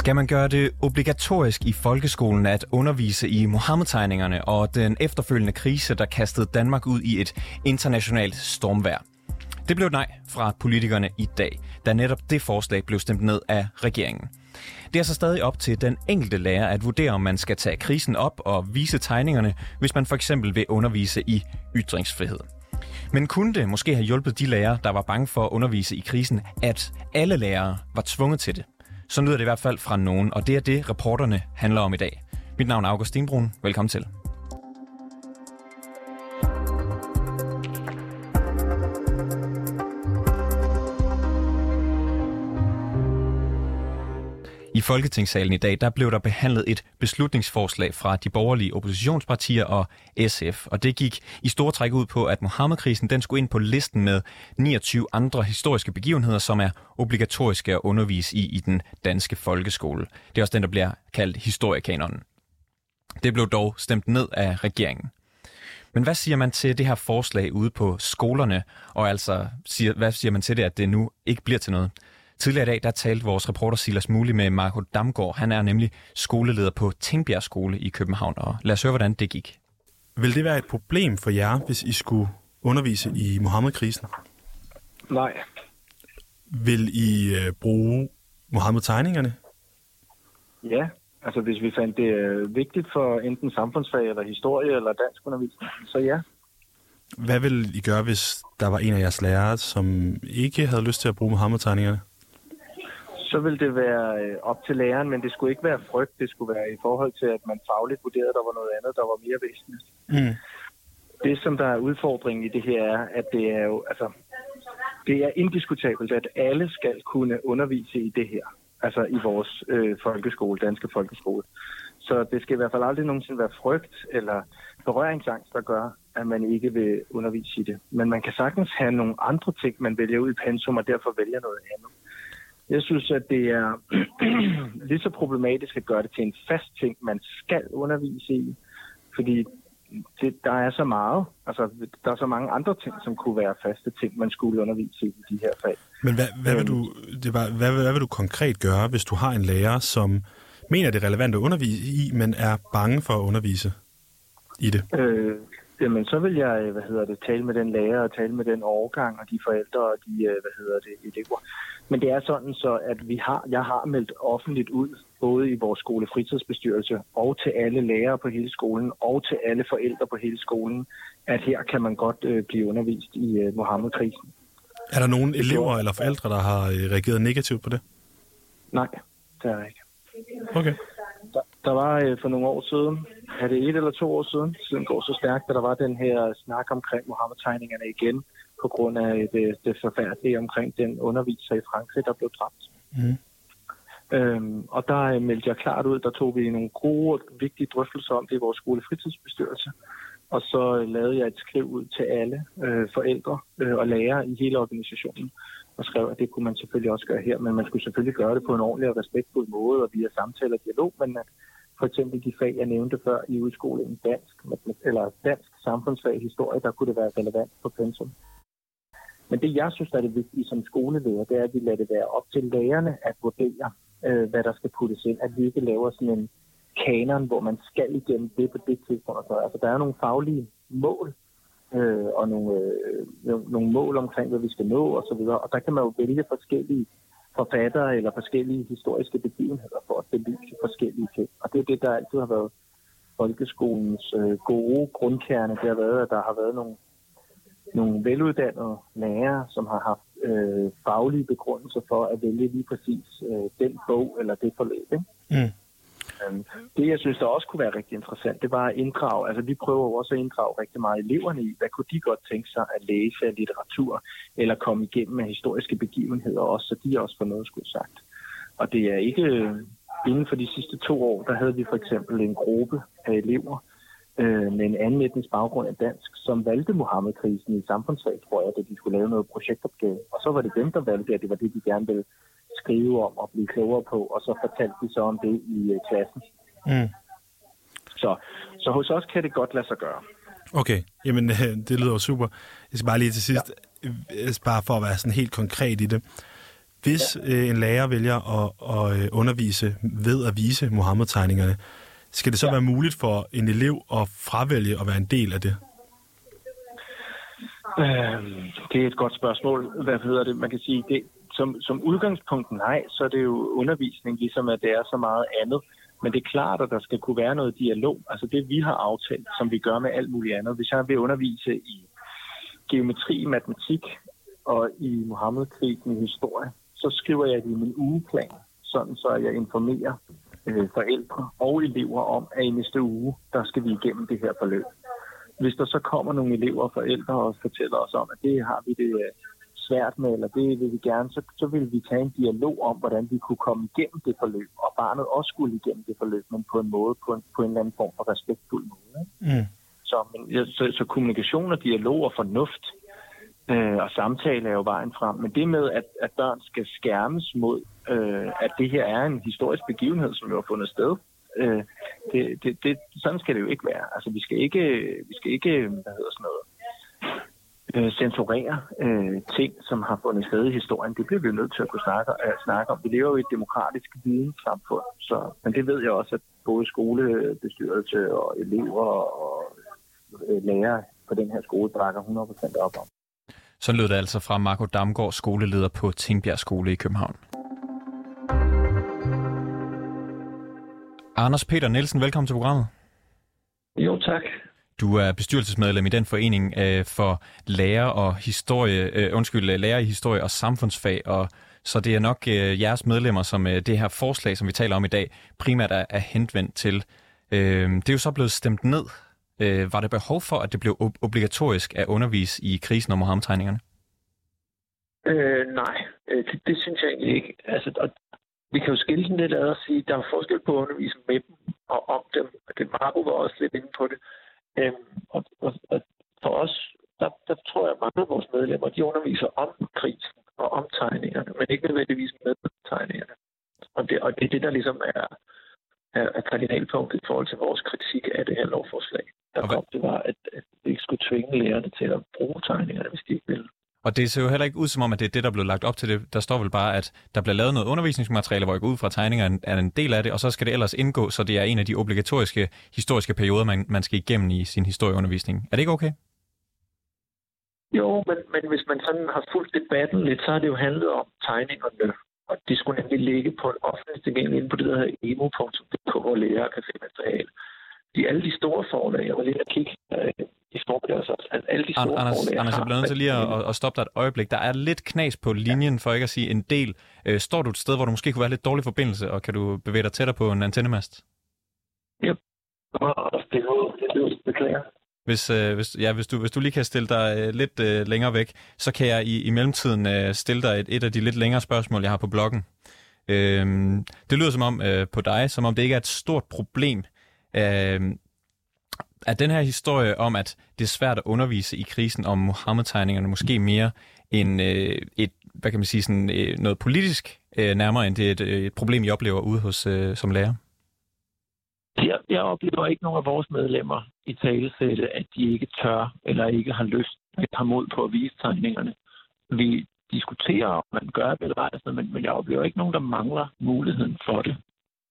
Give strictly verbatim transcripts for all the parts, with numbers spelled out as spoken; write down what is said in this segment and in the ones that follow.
Skal man gøre det obligatorisk i folkeskolen at undervise i Muhammed-tegningerne og den efterfølgende krise, der kastede Danmark ud i et internationalt stormvejr? Det blev nej fra politikerne i dag, da netop det forslag blev stemt ned af regeringen. Det er så stadig op til den enkelte lærer at vurdere, om man skal tage krisen op og vise tegningerne, hvis man for eksempel vil undervise i ytringsfrihed. Men kunne det måske have hjulpet de lærere, der var bange for at undervise i krisen, at alle lærere var tvunget til det? Så lyder det i hvert fald fra nogen, og det er det, reporterne handler om i dag. Mit navn er August Stenbrun. Velkommen til. I Folketingssalen i dag, der blev der behandlet et beslutningsforslag fra de borgerlige oppositionspartier og S F. Og det gik i store træk ud på, at Muhammed-krisen den skulle ind på listen med niogtyve andre historiske begivenheder, som er obligatoriske at undervise i i den danske folkeskole. Det er også den, der bliver kaldt historiekanonen. Det blev dog stemt ned af regeringen. Men hvad siger man til det her forslag ude på skolerne? Og altså, siger, hvad siger man til det, at det nu ikke bliver til noget? Tidligere i dag, der talte vores reporter Silas Muli med Marco Damgaard. Han er nemlig skoleleder på Tingbjerg Skole i København. Og lad os høre, hvordan det gik. Vil det være et problem for jer, hvis I skulle undervise i Muhammed-krisen? Nej. Vil I øh, bruge Muhammed-tegningerne? Ja, altså hvis vi fandt det øh, vigtigt for enten samfundsfag eller historie eller dansk undervisning, så ja. Hvad vil I gøre, hvis der var en af jeres lærere, som ikke havde lyst til at bruge Muhammed-tegningerne? Så ville det være op til læreren, men det skulle ikke være frygt. Det skulle være i forhold til, at man fagligt vurderede, at der var noget andet, der var mere væsentligt. Mm. Det, som der er udfordringen i det her, er, at det er jo, altså, det er indiskutabelt, at alle skal kunne undervise i det her. Altså i vores øh, folkeskole, danske folkeskole. Så det skal i hvert fald aldrig nogensinde være frygt eller berøringsangst, der gør, at man ikke vil undervise i det. Men man kan sagtens have nogle andre ting, man vælger ud i pensum, og derfor vælger noget andet. Jeg synes, at det er lige så problematisk at gøre det til en fast ting, man skal undervise i. Fordi det, der er så meget, altså der er så mange andre ting, som kunne være faste ting, man skulle undervise i i de her fag. Men hvad, hvad, vil, du, det var, hvad, hvad vil du konkret gøre, hvis du har en lærer, som mener, det er relevant at undervise i, men er bange for at undervise i det? Øh, jamen, så vil jeg, hvad hedder det, tale med den lærer og tale med den årgang og de forældre og de, hvad hedder det, elever. Men det er sådan så, at vi har, jeg har meldt offentligt ud, både i vores skolefritidsbestyrelse og til alle lærere på hele skolen og til alle forældre på hele skolen, at her kan man godt øh, blive undervist i øh, Muhammed-krisen. Er der nogen elever eller forældre, der har reageret negativt på det? Nej, det er ikke. Okay. Der, der var øh, for nogle år siden, er det et eller to år siden, siden går så stærkt, at der var den her snak omkring Muhammed-tegningerne igen, på grund af det, det forfærdelige omkring den underviser i Frankrig, der blev dræbt. Mm. Øhm, og der meldte jeg klart ud, der tog vi nogle gode og vigtige drøftelser om det i vores skolefritidsbestyrelse. Og så lavede jeg et skriv ud til alle øh, forældre øh, og lærere i hele organisationen, og skrev, at det kunne man selvfølgelig også gøre her, men man skulle selvfølgelig gøre det på en ordentlig og respektfuld måde, og via samtale og dialog, men at for eksempel de fag, jeg nævnte før i udskolingen, dansk, eller dansk samfundsfag historie, der kunne det være relevant på pensum. Men det, jeg synes, der er det vigtige som skoleleder, det er, at vi lader det være op til lærerne at vurdere, øh, hvad der skal puttes ind. At vi ikke laver sådan en kanon, hvor man skal igennem det på det tidspunkt. Altså, der er nogle faglige mål, øh, og nogle, øh, nogle mål omkring, hvad vi skal nå, og så videre. Og der kan man jo vælge forskellige forfattere eller forskellige historiske begivenheder for at belyse forskellige ting. Og det er det, der altid har været folkeskolens øh, gode grundkerne. Det har været, at der har været nogle nogle veluddannede lærere, som har haft øh, faglige begrundelser for at vælge lige præcis øh, den bog eller det forløb. Ikke? Mm. Um, det, jeg synes, der også kunne være rigtig interessant, det var at inddrage, altså vi prøver jo også at inddrage rigtig meget eleverne i, hvad kunne de godt tænke sig at læse af litteratur, eller komme igennem med historiske begivenheder også, så de også får noget skulle sagt. Og det er ikke, øh, inden for de sidste to år, der havde vi for eksempel en gruppe af elever, med en anden etnisk baggrund af dansk, som valgte Muhammed-krisen i samfundsfag, tror jeg, da de skulle lave noget projektopgave. Og så var det dem, der valgte, at det var det, de gerne ville skrive om og blive klogere på, og så fortalte de så om det i klassen. Mm. Så, så hos os kan det godt lade sig gøre. Okay, jamen det lyder jo super. Jeg skal bare lige til sidst, ja. bare for at være sådan helt konkret i det. Hvis ja. øh, en lærer vælger at, at undervise ved at vise Muhammed-tegningerne, skal det så ja. være muligt for en elev at fravælge at være en del af det? Øhm, det er et godt spørgsmål. Hvad hedder det? Man kan sige, det som, som udgangspunkt nej, så er det jo undervisning, ligesom at det er så meget andet. Men det er klart, at der skal kunne være noget dialog. Altså det, vi har aftalt, som vi gør med alt muligt andet. Hvis jeg vil undervise i geometri, matematik og i Muhammed-krisen i historie, så skriver jeg det i min ugeplan, sådan så jeg informerer øh, forældre og elever om, at i næste uge, der skal vi igennem det her forløb. Hvis der så kommer nogle elever og forældre og fortæller os om, at det har vi det svært med, eller det vil vi gerne, så, så vil vi tage en dialog om, hvordan vi kunne komme igennem det forløb, og barnet også skulle igennem det forløb, men på en måde, på en, på en eller anden form for respektfuld måde. Mm. Så, men, så, så kommunikation og dialog og fornuft øh, og samtale er jo vejen frem. Men det med, at, at børn skal skærmes mod, øh, at det her er en historisk begivenhed, som jo har fundet sted, øh, det, det, det, sådan skal det jo ikke være. Altså, vi skal ikke, vi skal ikke hvad hedder sådan noget, øh, censurere øh, ting, som har fundet sted i historien. Det bliver vi jo nødt til at kunne snakke, uh, snakke om. Vi lever jo i et demokratisk videnssamfund, så, men det ved jeg også, at både skolebestyrelse og elever og øh, lærere på den her skole bakker hundrede procent op om. Så lød det altså fra Marco Damgaard, skoleleder på Tingbjerg Skole i København. Anders Peter Nielsen, velkommen til programmet. Jo, tak. Du er bestyrelsesmedlem i den forening øh, for lærer og historie, øh, undskyld, lærer i historie og samfundsfag, og så det er nok øh, jeres medlemmer, som øh, det her forslag, som vi taler om i dag, primært er, er henvendt til. Øh, det er jo så blevet stemt ned. Øh, var der behov for, at det blev ob- obligatorisk at undervise i krisen og Muhammed-tegningerne? Øh, nej, det, det synes jeg egentlig ikke. Altså, og vi kan jo skille den lidt ad og sige, at der er forskel på at undervise med dem og om dem. Det Marco var også lidt inde på det. Øhm, og, og, og for os, der, der tror jeg, at mange af vores medlemmer, de underviser om krisen og om tegningerne, men ikke nødvendigvis med tegningerne. Og det, og det er det, der ligesom er, er, er kardinalpunktet i forhold til vores kritik af det her lovforslag. Der kom det var, at, at vi ikke skulle tvinge lærerne til at bruge tegningerne, hvis de ikke ville. Og det ser jo heller ikke ud som om, at det er det, der blev lagt op til det. Der står vel bare, at der bliver lavet noget undervisningsmateriale, hvor jeg går ud fra tegningerne er en del af det, og så skal det ellers indgå, så det er en af de obligatoriske historiske perioder, man, man skal igennem i sin historieundervisning. Er det ikke okay? Jo, men, men hvis man sådan har fulgt debatten lidt, så har det jo handlet om tegningerne. Og det skulle nemlig ligge på en offentlig tilgængelig inde på det, der hedder emo punktum d k, hvor lærere kan finde materiale. De alle de store forlag, jeg var lige at kigge øh, i formiddag, så at alle de store Anders, forlag Anders, jeg bliver nødt til lige at, at stoppe dig et øjeblik. Der er lidt knas på linjen, for ikke at sige en del. Øh, står du et sted, hvor du måske kunne være lidt dårlig forbindelse, og kan du bevæge dig tættere på en antennemast? Ja, og det er beklager. Hvis, øh, hvis, ja, hvis, du, hvis du lige kan stille dig øh, lidt øh, længere væk, så kan jeg i, i mellemtiden øh, stille dig et, et af de lidt længere spørgsmål, jeg har på bloggen. Øh, det lyder som om øh, på dig, som om det ikke er et stort problem, Øh, at den her historie om, at det er svært at undervise i krisen om Muhammed-tegningerne, måske mere end øh, et, hvad kan man sige, sådan, øh, noget politisk øh, nærmere, end det er et, øh, et problem, I oplever ude hos øh, som lærer? Jeg, jeg oplever ikke nogen af vores medlemmer i talesætte, at de ikke tør eller ikke har lyst eller har mod på at vise tegningerne. Vi diskuterer, om man gør det eller ej, men, men jeg oplever ikke nogen, der mangler muligheden for det.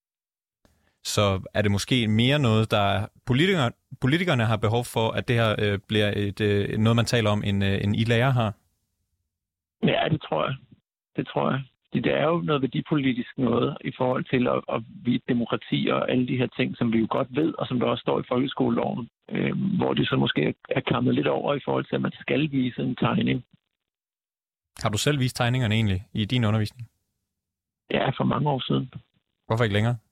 Så er det måske mere noget, der politikere, politikerne har behov for, at det her øh, bliver et, øh, noget, man taler om, end, øh, end I lærer har? Ja, det tror jeg. Det tror jeg. Det er jo noget værdipolitisk noget i forhold til at, at vide demokrati og alle de her ting, som vi jo godt ved, og som der også står i folkeskoleloven, øh, hvor det så måske er kommet lidt over i forhold til, at man skal vise en tegning. Har du selv vist tegningerne egentlig i din undervisning? Ja, for mange år siden. Hvorfor ikke længere?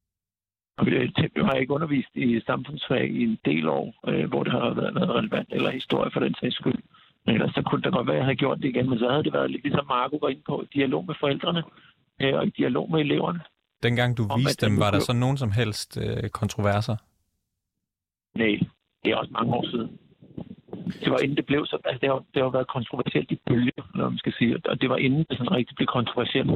Jeg har ikke undervist i samfundsfag i en del år, øh, hvor det har været noget relevant, eller historie for den sags skyld. Men ellers så kunne det godt være, at jeg havde gjort det igen, men så havde det været lidt ligesom Marco var inde på, dialog med forældrene øh, og dialog med eleverne. Dengang du om, viste dem, var der så nogen som helst øh, kontroverser? Nej, det er også mange år siden. Det var inden det blev så, altså det har, det har været kontroversielt i bølge, eller man skal sige, og det var inden det sådan rigtig blev kontroversielt.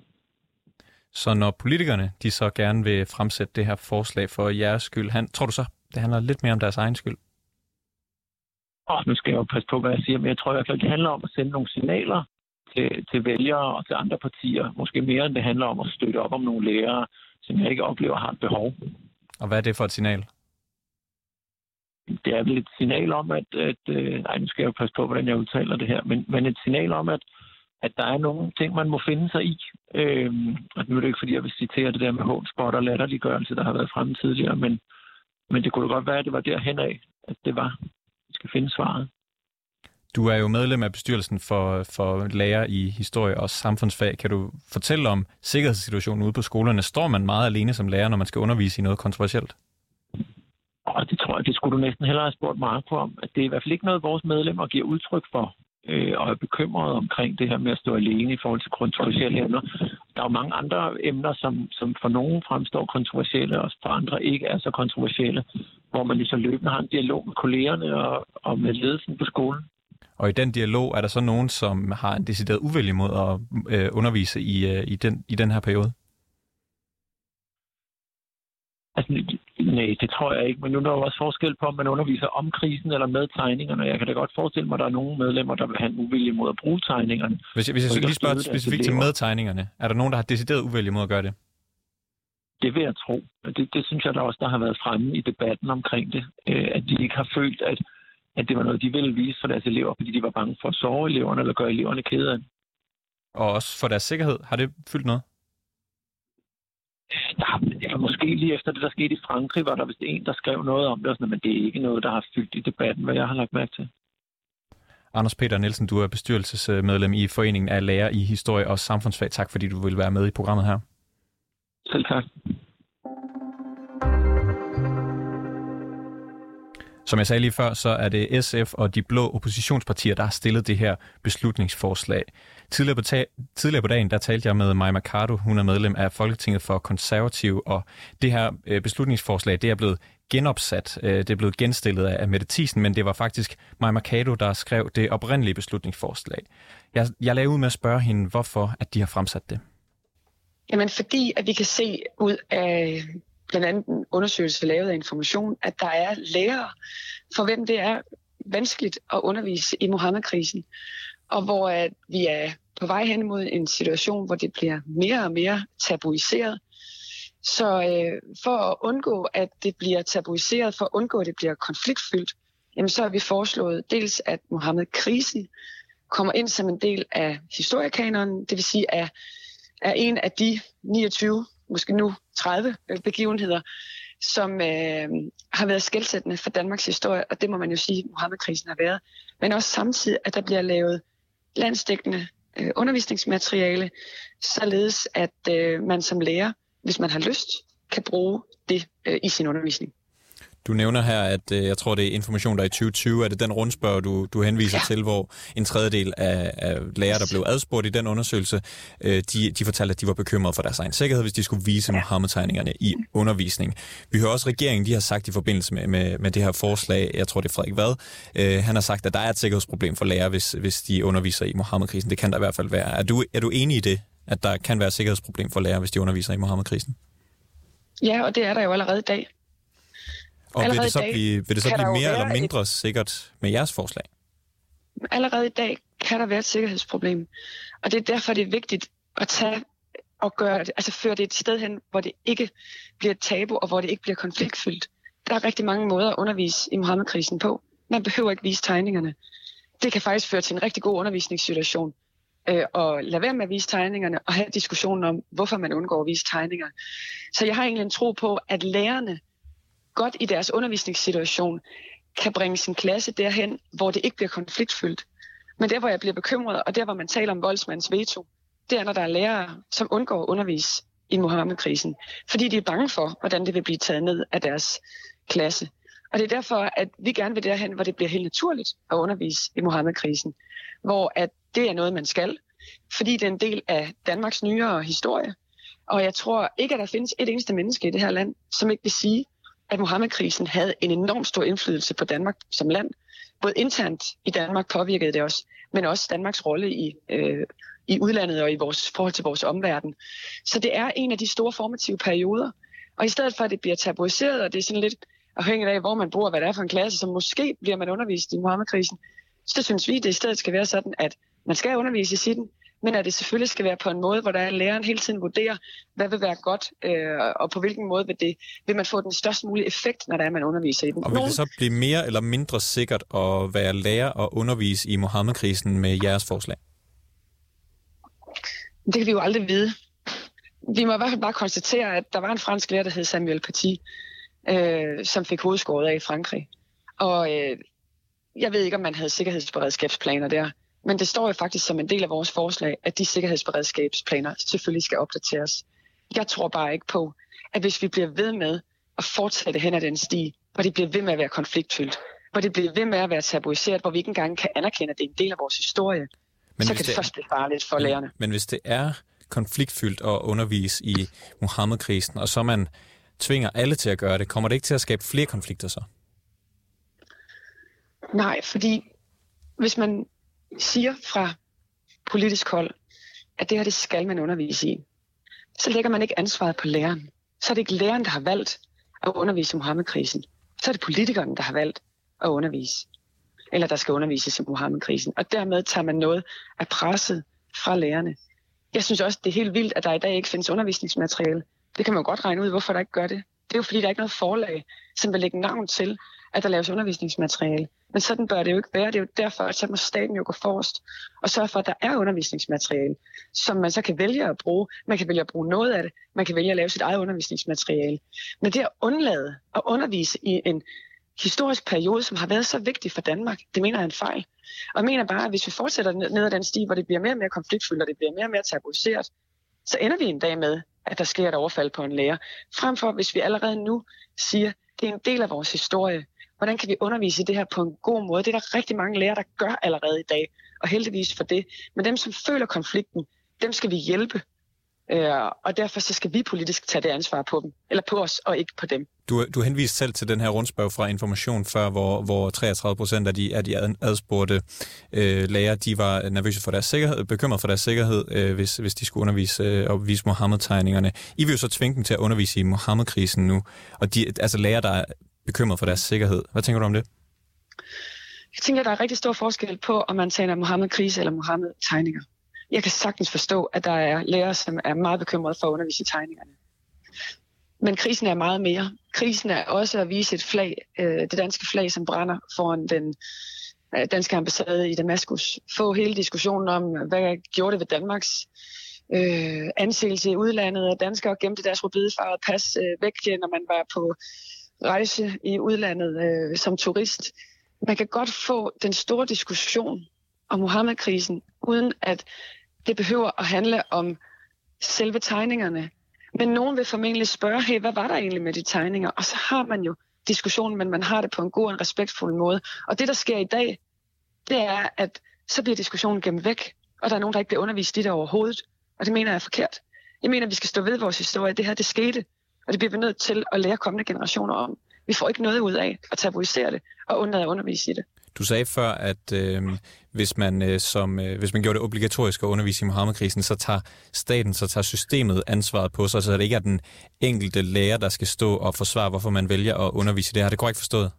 Så når politikerne, de så gerne vil fremsætte det her forslag for jeres skyld, han, tror du så, det handler lidt mere om deres egen skyld? Åh, nu skal jeg jo passe på, hvad jeg siger, men jeg tror i hvert fald, det handler om at sende nogle signaler til, til vælgere og til andre partier. Måske mere, end det handler om at støtte op om nogle lærere, som jeg ikke oplever har et behov. Og hvad er det for et signal? Det er vel et signal om, at... at øh, nej, nu skal jeg jo passe på, hvordan jeg udtaler det her, men, men et signal om, at, at der er nogle ting, man må finde sig i. Øhm, og nu er det ikke, fordi jeg vil citere det der med hånspot og latterliggørelse, der har været fremme tidligere, men, men det kunne da godt være, at det var derhen af, at det var. Vi skal finde svaret. Du er jo medlem af bestyrelsen for, for lærer i historie og samfundsfag. Kan du fortælle om sikkerhedssituationen ude på skolerne? Står man meget alene som lærer, når man skal undervise i noget kontroversielt? Og det tror jeg, det skulle du næsten hellere have spurgt Marco om. At det er i hvert fald ikke noget, vores medlemmer giver udtryk for, øh, og er bekymret omkring det her med at stå alene i forhold til kontroversielle emner. Der er jo mange andre emner, som, som for nogen fremstår kontroversielle, og for andre ikke er så kontroversielle, hvor man ligesom løbende har en dialog med kollegerne og, og med ledelsen på skolen. Og i den dialog er der så nogen, som har en decideret uvilje mod at øh, undervise i, øh, i, den, i den her periode? Altså, nej, det tror jeg ikke. Men nu er der jo også forskel på, om man underviser om krisen eller med tegningerne. Jeg kan da godt forestille mig, at der er nogle medlemmer, der vil have en uvilje mod at bruge tegningerne. Hvis jeg, hvis jeg lige spørger specifikt til medtegningerne, er der nogen, der har decideret uvilje mod at gøre det? Det vil jeg tro. Det, det synes jeg da også, der har været fremme i debatten omkring det. At de ikke har følt, at at det var noget, de ville vise for deres elever, fordi de var bange for at sove eleverne eller gøre eleverne kede af. Og også for deres sikkerhed. Har det fyldt noget? Der, ja, måske lige efter det, der skete i Frankrig, var der vist en, der skrev noget om det, sådan, men det er ikke noget, der har fyldt i debatten, hvad jeg har lagt mærke til. Anders Peter Nielsen, du er bestyrelsesmedlem i Foreningen af Lærere i Historie og Samfundsfag. Tak, fordi du vil være med i programmet her. Selv tak. Som jeg sagde lige før, så er det S F og de blå oppositionspartier, der har stillet det her beslutningsforslag. Tidligere på, ta- tidligere på dagen, der talte jeg med Mai Mercado. Hun er medlem af Folketinget for Konservative, og det her øh, beslutningsforslag, det er blevet genopsat. Øh, det er blevet genstillet af Mette Thiesen, men det var faktisk Mai Mercado, der skrev det oprindelige beslutningsforslag. Jeg, jeg lagde ud med at spørge hende, hvorfor at de har fremsat det. Jamen fordi, at vi kan se ud af blandt andet en undersøgelse lavet af Information, at der er lærere, for hvem det er vanskeligt at undervise i Muhammedkrisen, og hvor at vi er på vej hen mod en situation, hvor det bliver mere og mere tabuiseret. Så øh, for at undgå, at det bliver tabuiseret, for at undgå, at det bliver konfliktfyldt, jamen så har vi foreslået dels, at Muhammedkrisen kommer ind som en del af historiekanonen, det vil sige, er, er en af de niogtyve, måske nu tredive begivenheder, som øh, har været skelsættende for Danmarks historie, og det må man jo sige, at Muhammedkrisen har været. Men også samtidig, at der bliver lavet landsdækkende øh, undervisningsmateriale, således at øh, man som lærer, hvis man har lyst, kan bruge det øh, i sin undervisning. Du nævner her, at øh, jeg tror, det er Information, der i tyve tyve, er det den rundspørg, du, du henviser ja. til, hvor en tredjedel af, af lærere, der blev adspurgt i den undersøgelse, øh, de, de fortalte, at de var bekymrede for deres egen sikkerhed, hvis de skulle vise ja. Muhammed-tegningerne i undervisning. Vi hører også regeringen, de har sagt i forbindelse med, med, med det her forslag, jeg tror det er Frederik Vad, øh, han har sagt, at der er et sikkerhedsproblem for lærere, hvis, hvis de underviser i Muhammed-krisen. Det kan der i hvert fald være. Er du, er du enig i det, at der kan være et sikkerhedsproblem for lærere, hvis de underviser i Muhammed-krisen? Ja, og det er der jo allerede i dag. Og vil det så blive, vil det så blive mere eller mindre et... sikkert med jeres forslag? Allerede i dag kan der være et sikkerhedsproblem. Og det er derfor, det er vigtigt at tage og gøre det, altså føre det et sted hen, hvor det ikke bliver et tabu, og hvor det ikke bliver konfliktfyldt. Der er rigtig mange måder at undervise i Muhammedkrisen på. Man behøver ikke vise tegningerne. Det kan faktisk føre til en rigtig god undervisningssituation. Øh, og lade være med at vise tegningerne, og have diskussionen om, hvorfor man undgår at vise tegninger. Så jeg har egentlig en tro på, at lærerne godt i deres undervisningssituation kan bringe sin klasse derhen, hvor det ikke bliver konfliktfyldt. Men der, hvor jeg bliver bekymret, og der, hvor man taler om voldsmandens veto, det er, når der er lærere, som undgår at undervise i Muhammedkrisen, fordi de er bange for, hvordan det vil blive taget ned af deres klasse. Og det er derfor, at vi gerne vil derhen, hvor det bliver helt naturligt at undervise i Muhammedkrisen, hvor at det er noget, man skal, fordi det er en del af Danmarks nyere historie. Og jeg tror ikke, at der findes et eneste menneske i det her land, som ikke vil sige, at Muhammedkrisen havde en enormt stor indflydelse på Danmark som land. Både internt i Danmark påvirkede det også, men også Danmarks rolle i, øh, i udlandet og i vores forhold til vores omverden. Så det er en af de store formative perioder. Og i stedet for, at det bliver tabuiseret, og det er sådan lidt afhængigt af, hvor man bor, hvad det er for en klasse, så måske bliver man undervist i Muhammedkrisen, så synes vi, at det i stedet skal være sådan, at man skal undervise i den, men at det selvfølgelig skal være på en måde, hvor der er læreren hele tiden vurderer, hvad vil være godt, øh, og på hvilken måde vil, det, vil man få den størst mulige effekt, når der er, man underviser i den. Og vil det så blive mere eller mindre sikkert at være lærer og undervise i Muhammedkrisen med jeres forslag? Det kan vi jo aldrig vide. Vi må i hvert fald bare konstatere, at der var en fransk lærer, der hed Samuel Paty, øh, som fik hovedskåret af i Frankrig. Og øh, jeg ved ikke, om man havde sikkerhedsberedskabsplaner der, men det står jo faktisk som en del af vores forslag, at de sikkerhedsberedskabsplaner selvfølgelig skal opdateres. Jeg tror bare ikke på, at hvis vi bliver ved med at fortsætte hen ad den sti, hvor det bliver ved med at være konfliktfyldt, hvor det bliver ved med at være tabuiseret, hvor vi ikke engang kan anerkende, at det er en del af vores historie, men så kan det, det først blive farligt for men, lærerne. Men hvis det er konfliktfyldt at undervise i Muhammedkrisen, og så man tvinger alle til at gøre det, kommer det ikke til at skabe flere konflikter så? Nej, fordi hvis man siger fra politisk hold, at det her det skal man undervise i, så lægger man ikke ansvaret på læreren. Så er det ikke læreren, der har valgt at undervise i Muhammedkrisen. Så er det politikerne, der har valgt at undervise. Eller der skal undervises i Muhammedkrisen. Og dermed tager man noget af presset fra lærerne. Jeg synes også, det er helt vildt, at der i dag ikke findes undervisningsmateriale. Det kan man jo godt regne ud, hvorfor der ikke gør det. Det er jo fordi, der er ikke noget forlag, som vil lægge navn til, at der laves undervisningsmateriale. Men sådan bør det jo ikke være. Det er jo derfor, at så må staten jo gå forrest og sørge for, at der er undervisningsmateriale, som man så kan vælge at bruge. Man kan vælge at bruge noget af det. Man kan vælge at lave sit eget undervisningsmateriale. Men det at undlade at undervise i en historisk periode, som har været så vigtig for Danmark, det mener jeg er en fejl. Og jeg mener bare, at hvis vi fortsætter ned ad den sti, hvor det bliver mere og mere konfliktfyldt, og det bliver mere og mere tabuiseret, så ender vi en dag med, at der sker et overfald på en lærer. Frem for, hvis vi allerede nu siger, det er en del af vores historie, hvordan kan vi undervise i det her på en god måde? Det er der rigtig mange lærere, der gør allerede i dag, og heldigvis for det. Men dem, som føler konflikten, dem skal vi hjælpe. Og derfor så skal vi politisk tage det ansvar på dem, eller på os, og ikke på dem. Du, du henviste selv til den her rundspørg fra Information før, hvor, hvor treogtredive procent af de, af de adspurgte øh, lærere, de var nervøse for deres sikkerhed, bekymrede for deres sikkerhed, øh, hvis, hvis de skulle undervise øh, og vise Muhammed-tegningerne. I vil jo så tvinge dem til at undervise i Muhammed-krisen nu, og de, altså lærere, der er bekymret for deres sikkerhed. Hvad tænker du om det? Jeg tænker, der er rigtig stor forskel på, om man taler Muhammed-krise eller Muhammed-tegninger. Jeg kan sagtens forstå, at der er lærere, som er meget bekymrede for at undervise i tegningerne. Men krisen er meget mere. Krisen er også at vise et flag, det danske flag, som brænder foran den danske ambassade i Damaskus. Få hele diskussionen om, hvad gjorde det ved Danmarks øh, anseelse i udlandet, at danskere gemte deres rødbedefarvede pas øh, væk, når man var på rejse i udlandet øh, som turist. Man kan godt få den store diskussion om Muhammed-krisen, uden at det behøver at handle om selve tegningerne. Men nogen vil formentlig spørge, hey, hvad var der egentlig med de tegninger? Og så har man jo diskussionen, men man har det på en god og respektfuld måde. Og det, der sker i dag, det er, at så bliver diskussionen gemt væk, og der er nogen, der ikke bliver undervist i det overhovedet. Og det mener jeg er forkert. Jeg mener, at vi skal stå ved vores historie. Det her, det skete, og det bliver vi nødt til at lære kommende generationer om. Vi får ikke noget ud af at tabuisere det og undlade at undervise i det. Du sagde før, at øh, hvis, man, øh, som, øh, hvis man gjorde det obligatorisk at undervise i Muhammed-krisen, så tager staten, så tager systemet ansvaret på sig, så det ikke er den enkelte lærer, der skal stå og forsvare, hvorfor man vælger at undervise i det. Har det korrekt forstået?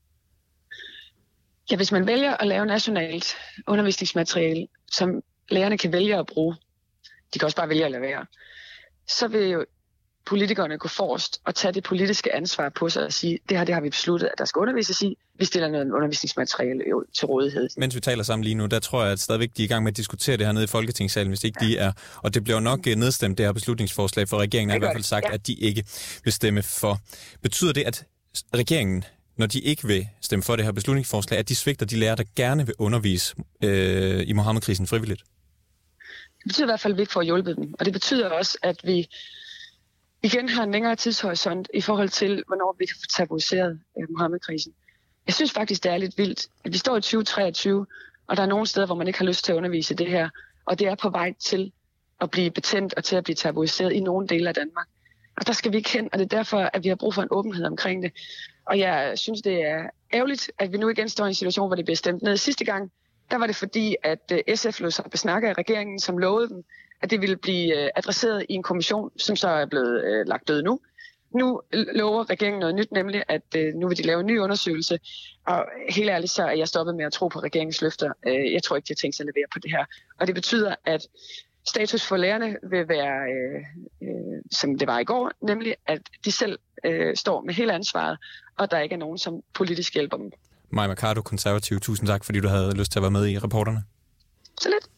Ja, hvis man vælger at lave nationalt undervisningsmateriale, som lærerne kan vælge at bruge, de kan også bare vælge at lade være, så vil jo politikerne gå forrest og tage det politiske ansvar på sig og sige, det her det har vi besluttet, at der skal undervises i. Vi stiller noget undervisningsmateriale til rådighed. Mens vi taler sammen lige nu, der tror jeg, at stadigvæk de er i gang med at diskutere det her nede i Folketingssalen, hvis ikke ja. de er. Og det bliver nok nedstemt, det her beslutningsforslag, for regeringen har i hvert fald sagt, ja. at de ikke vil stemme for. Betyder det, at regeringen, når de ikke vil stemme for det her beslutningsforslag, at de svigter de lærere, der gerne vil undervise øh, i Muhammed-krisen frivilligt? Det betyder i hvert fald, at vi ikke får hjulpet dem. Og det betyder også, at vi igen har en længere tidshorisont i forhold til, hvornår vi kan få tabuiseret øh, Muhammed-krisen. Jeg synes faktisk, det er lidt vildt, at vi står i tyve treogtyve, og der er nogle steder, hvor man ikke har lyst til at undervise det her. Og det er på vej til at blive betændt og til at blive tabuiseret i nogle dele af Danmark. Og der skal vi ikke hen, og det er derfor, at vi har brug for en åbenhed omkring det. Og jeg synes, det er ærgerligt, at vi nu igen står i en situation, hvor det bliver stemt ned. Sidste gang, der var det fordi, at S F lod sig besnakke af regeringen, som lovede dem, at det ville blive adresseret i en kommission, som så er blevet øh, lagt død nu. Nu lover regeringen noget nyt, nemlig at øh, nu vil de lave en ny undersøgelse, og helt ærligt så er jeg stoppet med at tro på regeringens løfter. Øh, jeg tror ikke, de har tænkt sig at levere på det her. Og det betyder, at status for lærerne vil være, øh, øh, som det var i går, nemlig at de selv øh, står med hele ansvaret, og der ikke er nogen, som politisk hjælper dem. Mai Mercado, konservativ. Tusind tak, fordi du havde lyst til at være med i Reporterne. Så lidt.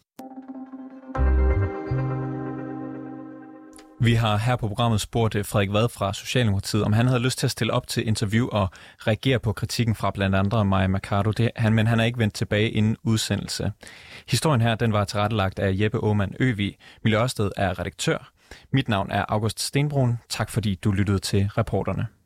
Vi har her på programmet spurgt Frederik Vad fra Socialdemokratiet, om han havde lyst til at stille op til interview og reagere på kritikken fra blandt andre Mai Mercado, det, han, men han er ikke vendt tilbage inden udsendelse. Historien her, den var tilrettelagt af Jeppe Aumann Øvig. Mille Ørsted er redaktør. Mit navn er August Stenbrun. Tak fordi du lyttede til Reporterne.